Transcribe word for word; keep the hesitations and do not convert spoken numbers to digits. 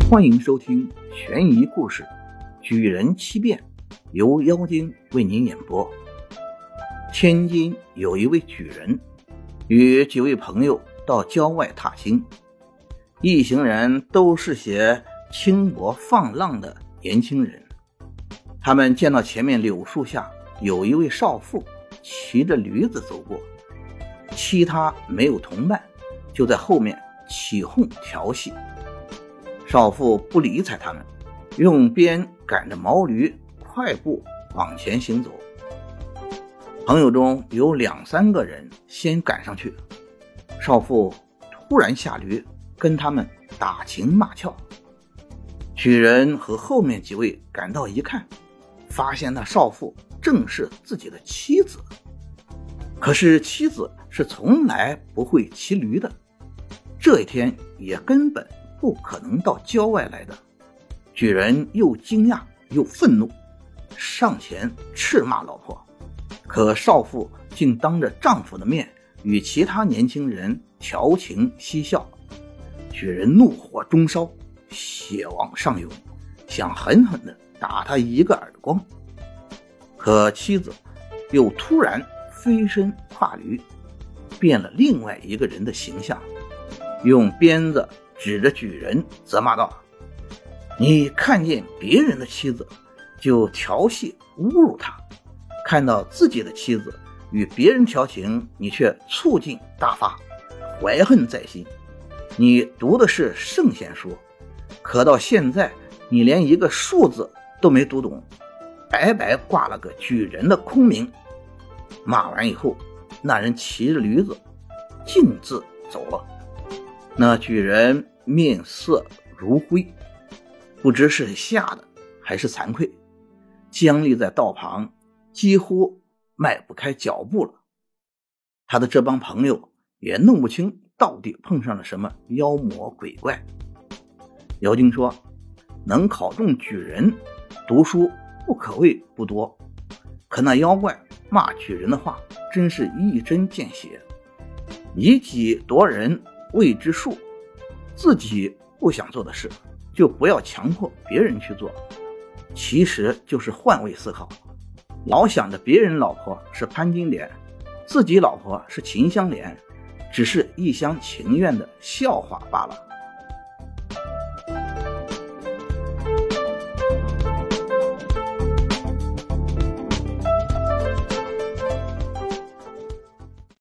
欢迎收听悬疑故事《举人七变》，由妖精为您演播。天津有一位举人，与几位朋友到郊外踏青，一行人都是些轻薄放浪的年轻人。他们见到前面柳树下有一位少妇骑着驴子走过，其他没有同伴，就在后面起哄调戏。少妇不理睬他们，用鞭赶着毛驴快步往前行走。朋友中有两三个人先赶上去，少妇突然下驴跟他们打情骂俏。举人和后面几位赶到一看，发现那少妇正是自己的妻子。可是妻子是从来不会骑驴的，这一天也根本不可能到郊外来的。举人又惊讶又愤怒，上前斥骂老婆，可少妇竟当着丈夫的面与其他年轻人调情嬉笑。举人怒火中烧，血往上涌，想狠狠地打他一个耳光。可妻子又突然飞身跨驴，变了另外一个人的形象，用鞭子指着举人责骂道：你看见别人的妻子就调戏侮辱他，看到自己的妻子与别人调情，你却醋劲大发，怀恨在心。你读的是圣贤书，可到现在你连一个数字都没读懂，白白挂了个举人的空名。骂完以后，那人骑着驴子径自走了。那举人面色如灰，不知是吓的还是惭愧，僵立在道旁，几乎迈不开脚步了。他的这帮朋友也弄不清到底碰上了什么妖魔鬼怪。妖精说，能考中举人读书不可谓不多，可那妖怪骂举人的话真是一针见血。以己夺人谓之术，自己不想做的事就不要强迫别人去做，其实就是换位思考，老想着别人老婆是潘金莲，自己老婆是秦香莲，只是一厢情愿的笑话罢了。